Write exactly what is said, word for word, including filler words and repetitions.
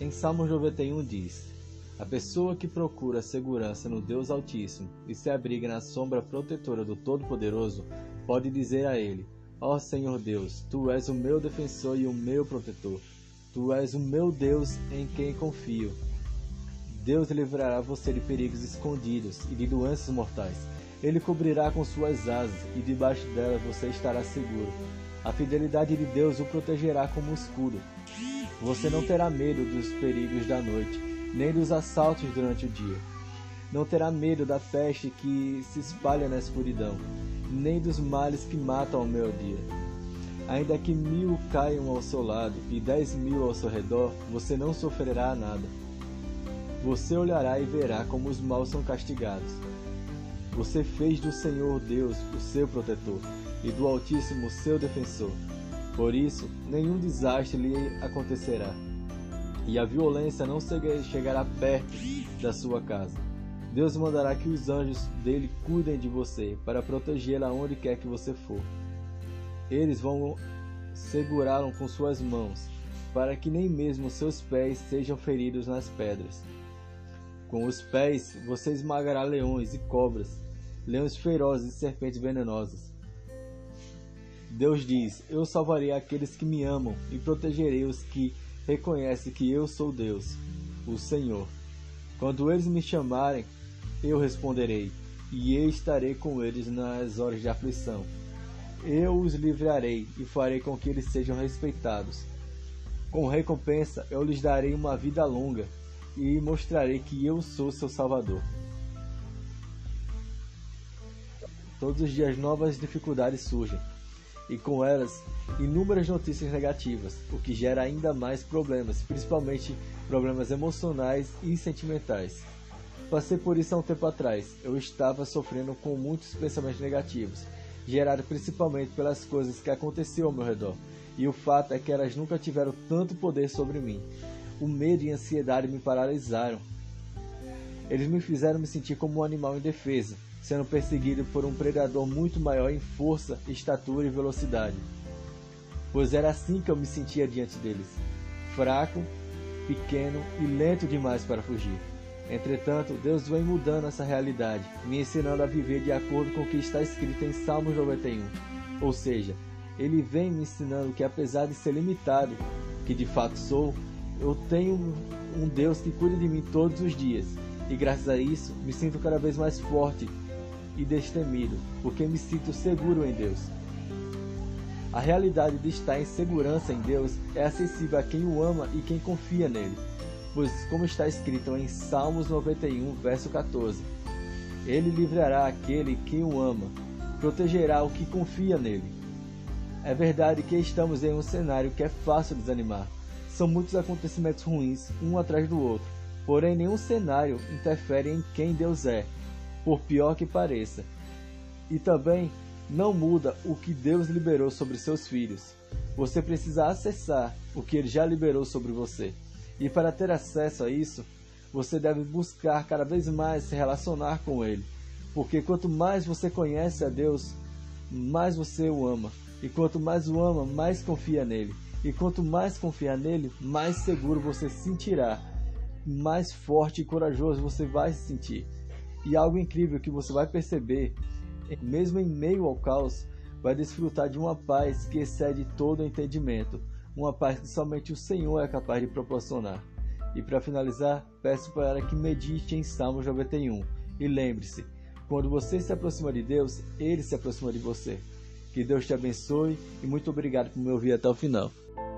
Em Salmos noventa e um diz: a pessoa que procura segurança no Deus Altíssimo e se abriga na sombra protetora do Todo-Poderoso pode dizer a Ele: ó Senhor Deus, Tu és o meu defensor e o meu protetor. Tu és o meu Deus em quem confio. Deus livrará você de perigos escondidos e de doenças mortais. Ele cobrirá com suas asas e debaixo delas você estará seguro. A fidelidade de Deus o protegerá como um escudo. Você não terá medo dos perigos da noite, nem dos assaltos durante o dia. Não terá medo da peste que se espalha na escuridão, nem dos males que matam ao meio-dia. Ainda que mil caiam ao seu lado e dez mil ao seu redor, você não sofrerá nada. Você olhará e verá como os maus são castigados. Você fez do Senhor Deus o seu protetor e do Altíssimo o seu defensor. Por isso, nenhum desastre lhe acontecerá, e a violência não chegará perto da sua casa. Deus mandará que os anjos dele cuidem de você, para protegê-la onde quer que você for. Eles vão segurá-lo com suas mãos, para que nem mesmo seus pés sejam feridos nas pedras. Com os pés você esmagará leões e cobras, leões ferozes e serpentes venenosas. Deus diz: eu salvarei aqueles que me amam e protegerei os que reconhecem que eu sou Deus, o Senhor. Quando eles me chamarem, eu responderei, e eu estarei com eles nas horas de aflição. Eu os livrarei e farei com que eles sejam respeitados. Com recompensa eu lhes darei uma vida longa e mostrarei que eu sou seu Salvador. Todos os dias novas dificuldades surgem, e com elas inúmeras notícias negativas, o que gera ainda mais problemas, principalmente problemas emocionais e sentimentais. Passei por isso há um tempo atrás. Eu estava sofrendo com muitos pensamentos negativos, gerados principalmente pelas coisas que aconteciam ao meu redor, e o fato é que elas nunca tiveram tanto poder sobre mim. O medo e a ansiedade me paralisaram. Eles me fizeram me sentir como um animal indefeso, sendo perseguido por um predador muito maior em força, estatura e velocidade. Pois era assim que eu me sentia diante deles, fraco, pequeno e lento demais para fugir. Entretanto, Deus vem mudando essa realidade, me ensinando a viver de acordo com o que está escrito em Salmos noventa e um. Ou seja, Ele vem me ensinando que apesar de ser limitado, que de fato sou, eu tenho um Deus que cuida de mim todos os dias. E graças a isso, me sinto cada vez mais forte e destemido, porque me sinto seguro em Deus. A realidade de estar em segurança em Deus é acessível a quem o ama e quem confia nele, pois como está escrito em Salmos noventa e um, verso quatorze, Ele livrará aquele que o ama, protegerá o que confia nele. É verdade que estamos em um cenário que é fácil desanimar. São muitos acontecimentos ruins, um atrás do outro, porém nenhum cenário interfere em quem Deus é, por pior que pareça. E também não muda o que Deus liberou sobre seus filhos. Você precisa acessar o que Ele já liberou sobre você. E para ter acesso a isso, você deve buscar cada vez mais se relacionar com Ele. Porque quanto mais você conhece a Deus, mais você o ama. E quanto mais o ama, mais confia nele. E quanto mais confia nele, mais seguro você se sentirá. Mais forte e corajoso você vai se sentir. E algo incrível que você vai perceber, mesmo em meio ao caos, vai desfrutar de uma paz que excede todo o entendimento, uma paz que somente o Senhor é capaz de proporcionar. E para finalizar, peço para que medite em Salmos noventa e um, e lembre-se, quando você se aproxima de Deus, Ele se aproxima de você. Que Deus te abençoe e muito obrigado por me ouvir até o final.